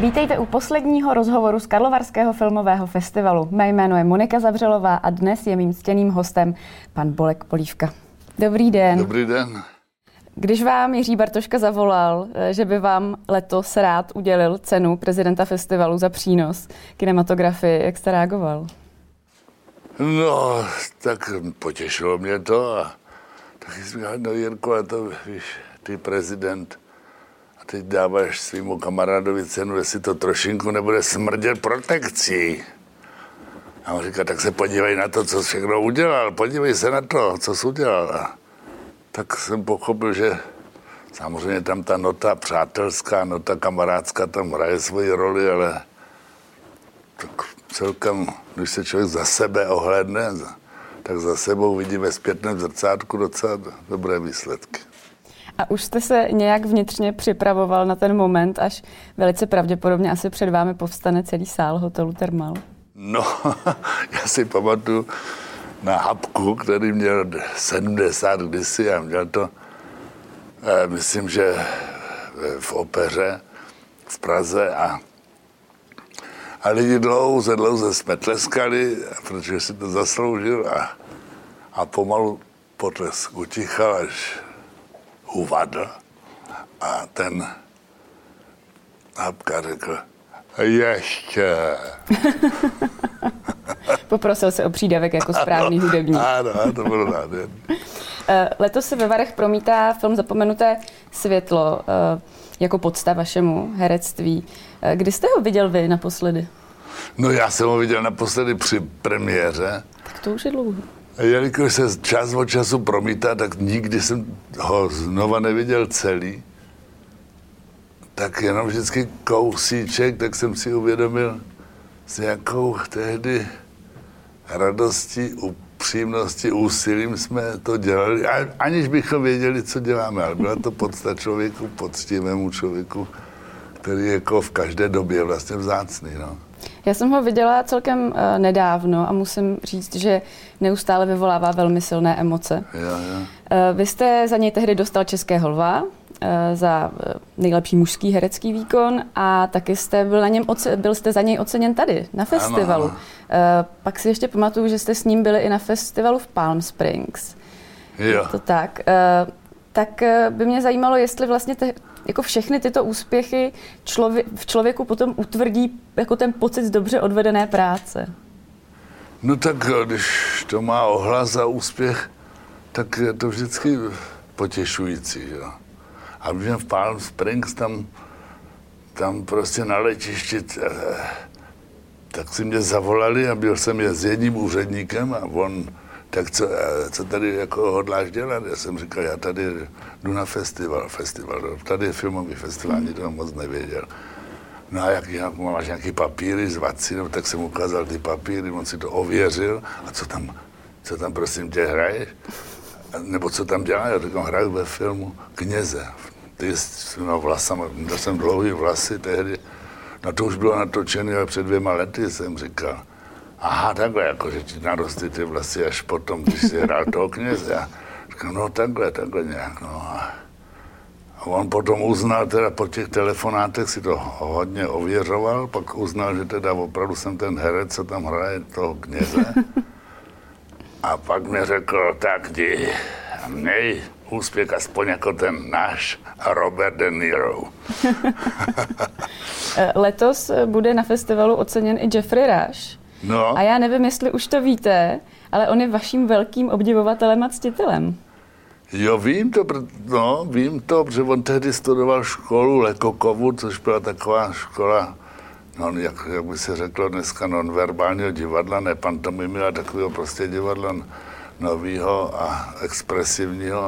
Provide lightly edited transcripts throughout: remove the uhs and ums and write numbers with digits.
Vítejte u posledního rozhovoru z Karlovarského filmového festivalu. Mé jméno je Monika Zavřelová a dnes je mým ctěným hostem pan Bolek Polívka. Dobrý den. Dobrý den. Když vám Jiří Bartoška zavolal, že by vám letos rád udělil cenu prezidenta festivalu za přínos kinematografii, jak jste reagoval? No, tak potěšilo mě to a taky jsem říkal, no Jirko, ale to víš, ty prezident a teď dáváš svýmu kamarádovi cenu, jestli to trošinku nebude smrdět protekcí. A on říká, tak se podívej na to, co všechno udělal, podívej se na to, co jsi udělal. A tak jsem pochopil, že samozřejmě tam ta nota přátelská, nota kamarádská tam hraje svoji roli, ale tak celkem, když se člověk za sebe ohlédne, tak za sebou vidí ve zpětném zrcátku docela dobré výsledky. A už jste se nějak vnitřně připravoval na ten moment, až velice pravděpodobně asi před vámi povstane celý sál hotelu Thermal? No, já si pamatuju na Habku, který měl 70 kdysi a měl to, myslím, že v opeře v Praze a lidi dlouze jsme tleskali, protože si to zasloužil a pomalu potlesk utichal, až uvadl a ten Habka řekl, ještě. Poprosil se o přídavek jako správný hudebník. Ano, to bylo nádherné. Letos se ve Varech promítá film Zapomenuté světlo jako podsta vašemu herectví. Kdy jste ho viděl vy naposledy? No já jsem ho viděl naposledy při premiéře. Tak to už je dlouho. Jelikož se čas od času promítá, tak nikdy jsem ho znova neviděl celý. Tak jenom vždycky kousíček, tak jsem si uvědomil, s jakou tehdy radostí, upřímností, úsilím jsme to dělali, aniž bychom věděli, co děláme, ale byla to podsta člověku, poctivému člověku, který jako v každé době vlastně vzácný, no. Já jsem ho viděla celkem nedávno a musím říct, že neustále vyvolává velmi silné emoce. Jo. Vy jste za něj tehdy dostal Českého lva, za nejlepší mužský herecký výkon a taky jste byl jste za něj oceněn tady, na festivalu. Ano. Pak si ještě pamatuju, že jste s ním byli i na festivalu v Palm Springs. Jo. To tak. Tak by mě zajímalo, jestli vlastně jako všechny tyto úspěchy v člověku potom utvrdí jako ten pocit z dobře odvedené práce. No tak když to má ohlas a úspěch, tak je to vždycky potěšující, jo. A když v Palm Springs, tam prostě na letišti, tak si mě zavolali a byl jsem s jedním úředníkem a on, tak co tady jako hodláš dělat? Já jsem říkal, já tady jdu na festival, tady je filmový festival, ani to moc nevěděl. No a jak máš nějaký papíry zvací, no, tak jsem ukázal ty papíry, on si to ověřil a co tam prosím tě hraješ? Nebo co tam dělá? Já říkám, hraju ve filmu Kněze. Ty s vlasama, měl jsem dlouhý vlasy tehdy, no to už bylo natočené, ale před 2 lety jsem říkal, aha, takhle, jako, že ti narostly ty vlasy až potom, když jsi hrál toho Kněze. Já říkám, no takhle nějak, no. A on potom uznal, teda po těch telefonátech si to hodně ověřoval, pak uznal, že teda opravdu jsem ten herec, co tam hraje toho Kněze. A pak mi řekl, tak jdi, měj úspěch aspoň jako ten náš Robert De Niro. Letos bude na festivalu oceněn i Jeffrey Rush. No. A já nevím, jestli už to víte, ale on je vaším velkým obdivovatelem a ctitelem. Jo, vím to, protože on tehdy studoval školu Lecoqovu, což byla taková škola, no, jak by se řeklo dneska, nonverbálního divadla, ne pantomimy, ale takového prostě divadla novýho a expresivního.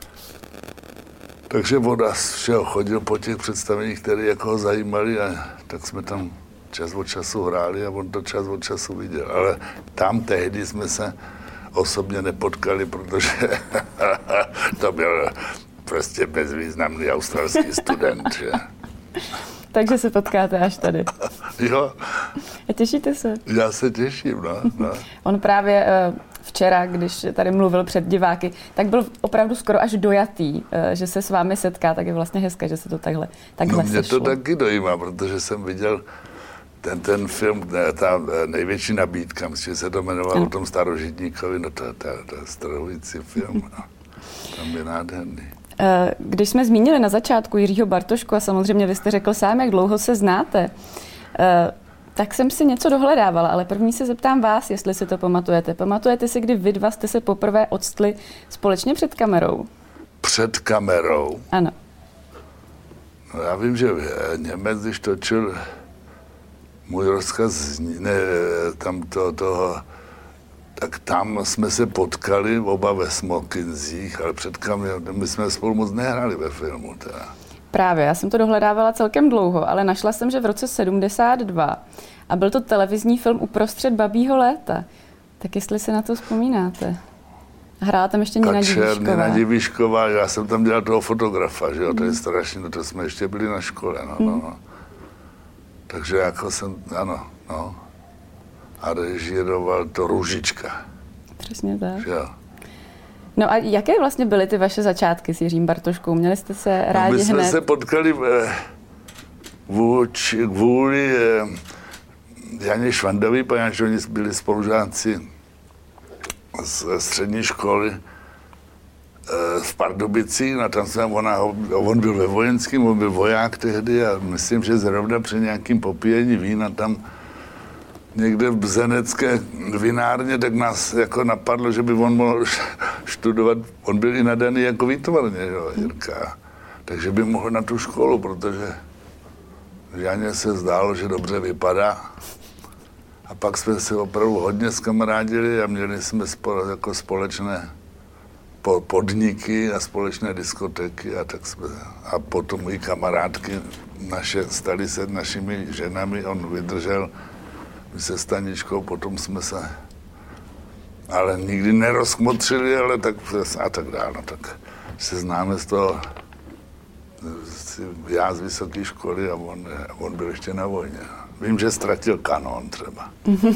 Takže on všeho chodil po těch představeních, které jako ho zajímali a tak jsme tam čas od času hráli a on to čas od času viděl. Ale tam tehdy jsme se osobně nepotkali, protože to byl prostě bezvýznamný australský student, že? Takže se potkáte až tady. Jo. A těšíte se? Já se těším, no. On právě včera, když tady mluvil před diváky, tak byl opravdu skoro až dojatý, že se s vámi setká, tak je vlastně hezké, že se to takhle No mě sešlo. to taky dojímá, protože jsem viděl ten film, ta největší nabídka, myslím, že se to jmenovalo o tom starožitníkovi, no to je strhující film, no. Tam je nádherný. Když jsme zmínili na začátku Jiřího Bartošku a samozřejmě vy jste řekl sám, jak dlouho se znáte, tak jsem si něco dohledávala, ale první se zeptám vás, jestli si to pamatujete. Pamatujete si, kdy vy dva jste se poprvé odstli společně před kamerou? Před kamerou? Ano. No já vím, že Němec, když točil Můj rozkaz, tak tam jsme se potkali oba ve smokinzích, ale před kamerou, my jsme spolu moc nehráli ve filmu teda. Právě, já jsem to dohledávala celkem dlouho, ale našla jsem, že v roce 72 a byl to televizní film Uprostřed babího léta. Tak jestli si na to vzpomínáte. Hrála tam ještě Nina Divíšková. Nina Divíšková, já jsem tam dělal toho fotografa, že jo, to je strašně, to jsme ještě byli na škole, no. Takže jako jsem, ano. A režíroval to Růžička. Přesně tak. Že jo. No a jaké vlastně byly ty vaše začátky s Jiřím Bartoškou? Měli jste se rádi hned? My jsme se potkali kvůli Janě Švandový, protože oni byli spolužáci z střední školy v Pardubicích, no tam on byl ve vojenském, on byl voják tehdy a myslím, že zrovna při nějakým popíjení vína tam někde v Bzenecké vinárně, tak nás jako napadlo, že by on mohl studovat, on byl i nadaný jako výtvarně, jo, Jirka. Takže by mohl na tu školu, protože Janě se zdálo, že dobře vypadá. A pak jsme se opravdu hodně zkamarádili a měli jsme jako společné podniky a společné diskotéky a potom i kamarádky naše staly se našimi ženami, on vydržel se Staničkou, potom jsme se ale nikdy nerozkmotřili, ale tak a tak dále, no, tak se známe z toho, já z vysoké školy a on byl ještě na vojně. Vím, že ztratil kanon třeba.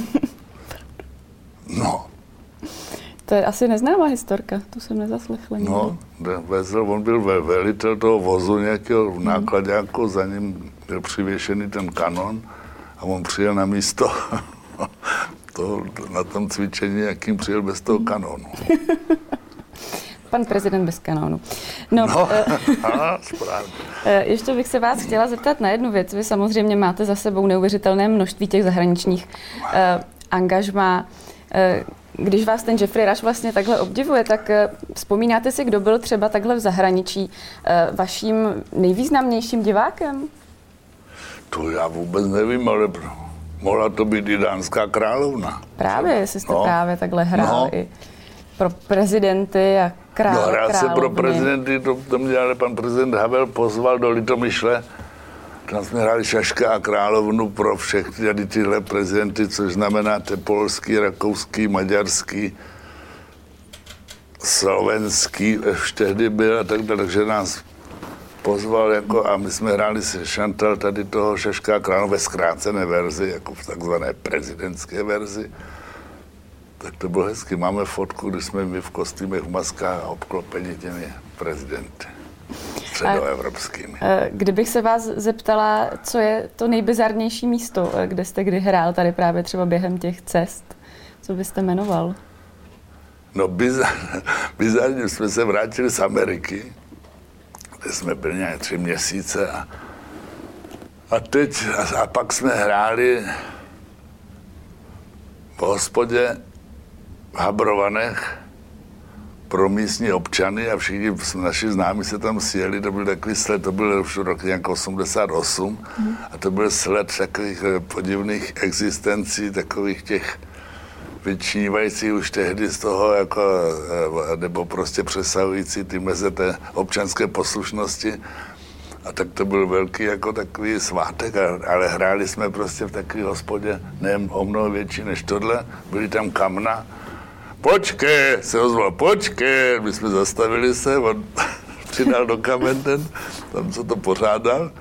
No. To je asi neznámá historka, to jsem nezaslechla. No, on byl velitel toho vozu nějakého nákladáku, za ním byl přivěšený ten kanon a on přijel na místo na tom cvičení, jakým přijel bez toho kanonu. Pan prezident bez kanónu. Správně. Ještě bych se vás chtěla zeptat na jednu věc. Vy samozřejmě máte za sebou neuvěřitelné množství těch zahraničních angažmá. Když vás ten Jeffrey Rush vlastně takhle obdivuje, tak vzpomínáte si, kdo byl třeba takhle v zahraničí vaším nejvýznamnějším divákem? To já vůbec nevím, ale mohla to být i dánská královna. Právě, jestli jste právě takhle hrál i pro prezidenty a královny. No, hrál se pro prezidenty, to mě ale pan prezident Havel pozval do Litomyšle. Tam jsme hráli Šaška a královnu pro všechny tyhle prezidenty, což znamená polský, rakouský, maďarský, slovenský, už tehdy byl a tak dále, takže nás pozval a my jsme hráli si Chantal tady toho Šaška a královnu ve zkrácené verzi, jako v takzvané prezidentské verzi. Tak to bylo hezky. Máme fotku, když jsme my v kostýmech, v maskách a obklopeni těmi prezidenty středoevropskými. Kdybych se vás zeptala, co je to nejbizarnější místo, kde jste kdy hrál tady právě třeba během těch cest, co byste jmenoval? No bizarně jsme se vrátili z Ameriky, kde jsme byli nějaké 3 měsíce a pak jsme hráli v hospodě v Habrovanech pro místní občany a všichni naši známí se tam sjeli, to byl takový sled, to byl už rok nějak 88 a to byl sled takových podivných existencí, takových těch vyčnívající už tehdy z toho, jako, nebo prostě přesahující ty meze té občanské poslušnosti. A tak to byl velký jako takový svátek, ale hráli jsme prostě v takové hospodě, ne o mnoho větší než tohle, byli tam kamna. Počkej, se ozval, počkej, my jsme zastavili se, on přidal do kamen ten, tam co to pořádal,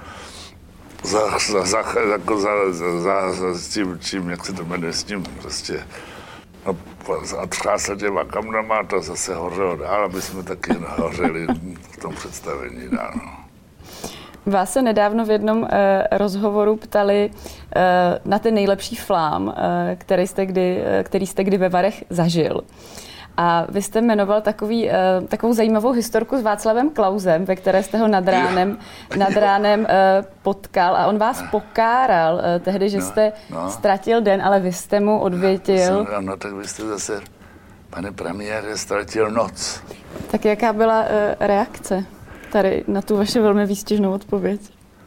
s tím, jak se to jmenuje, s tím prostě No, a třásl těma kamnama, to zase hořelo dál, aby jsme taky hořeli v tom představení dál. No. Vás se nedávno v jednom rozhovoru ptali na ten nejlepší flám, který jste kdy ve Varech zažil. A vy jste jmenoval takovou zajímavou historku s Václavem Klausem, ve které jste ho nad ránem potkal a on vás pokáral tehdy, že jste ztratil den, ale vy jste mu odvětil. No tak vy jste zase, pane premiére, ztratil noc. Tak jaká byla reakce tady na tu vaši velmi výstižnou odpověď?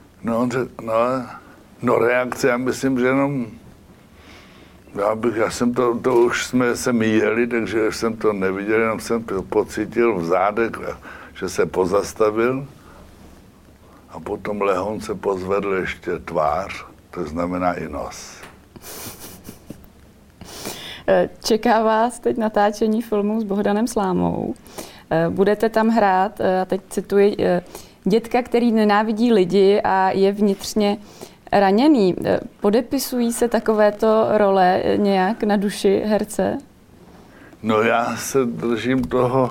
No reakce, já myslím, že jenom já jsem to už jsme se míjeli, takže jsem to neviděl, jenom jsem to pocítil v zádech, že se pozastavil a potom lehon se pozvedl ještě tvář, to znamená i nos. Čeká vás teď natáčení filmu s Bohdanem Slámou. Budete tam hrát, a teď cituji, dětka, který nenávidí lidi a je vnitřně raněný. Podepisují se takovéto role nějak na duši herce? No já se držím toho,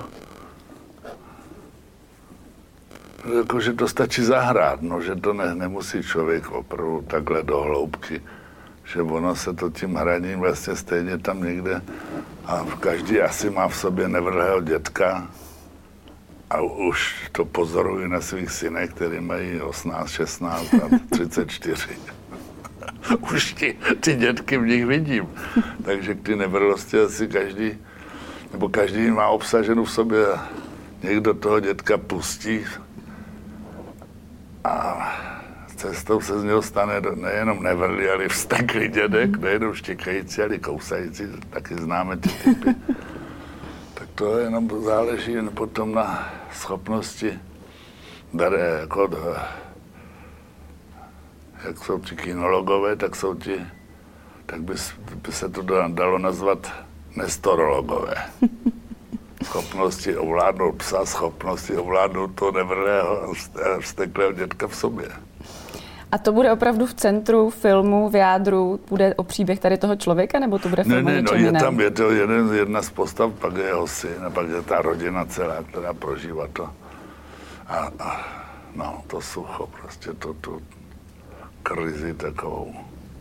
jako, že to stačí zahrát, no, že to nemusí člověk opravdu takhle do hloubky, že ono se to tím hraním vlastně stejně tam někde a každý asi má v sobě nevrhlého dětka a už to pozoruji na svých synech, který mají 18, 16 a 34. Už ty dětky v nich vidím. Takže k ty nevrlosti asi každý má obsaženou v sobě, někdo toho dětka pustí a cestou se z něho stane nejenom nevrlý, ale vzteklý dědek, nejenom štěkající, ale kousající, taky známe ty typy. Tak to jenom záleží potom na schopnosti, jak jsou ti kinologové, tak by se to dalo nazvat nestorologové. Schopnosti ovládnout psa, schopnosti ovládnout toho nevrlého a vzteklého dětka v sobě. A to bude opravdu v centru filmu, v jádru, bude o příběh tady toho člověka, nebo to bude film o něčem jiném? Je to jedna z postav, pak je jeho syn, a pak je ta rodina celá, která prožívá to. To sucho, prostě tu krizi takovou,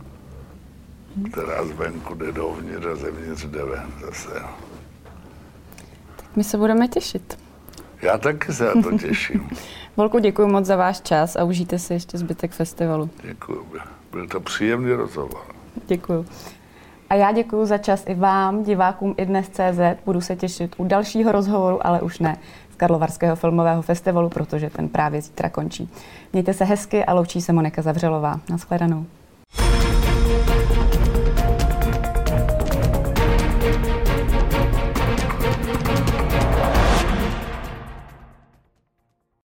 která zvenku jde dovnitř a zevnitř jde ven zase. Tak my se budeme těšit. Já taky se na to těším. Volku, děkuji moc za váš čas a užijte si ještě zbytek festivalu. Děkuji. Byl to příjemný rozhovor. Děkuji. A já děkuji za čas i vám, divákům iDnes.cz. Budu se těšit u dalšího rozhovoru, ale už ne z Karlovarského filmového festivalu, protože ten právě zítra končí. Mějte se hezky a loučí se Monika Zavřelová. Nashledanou.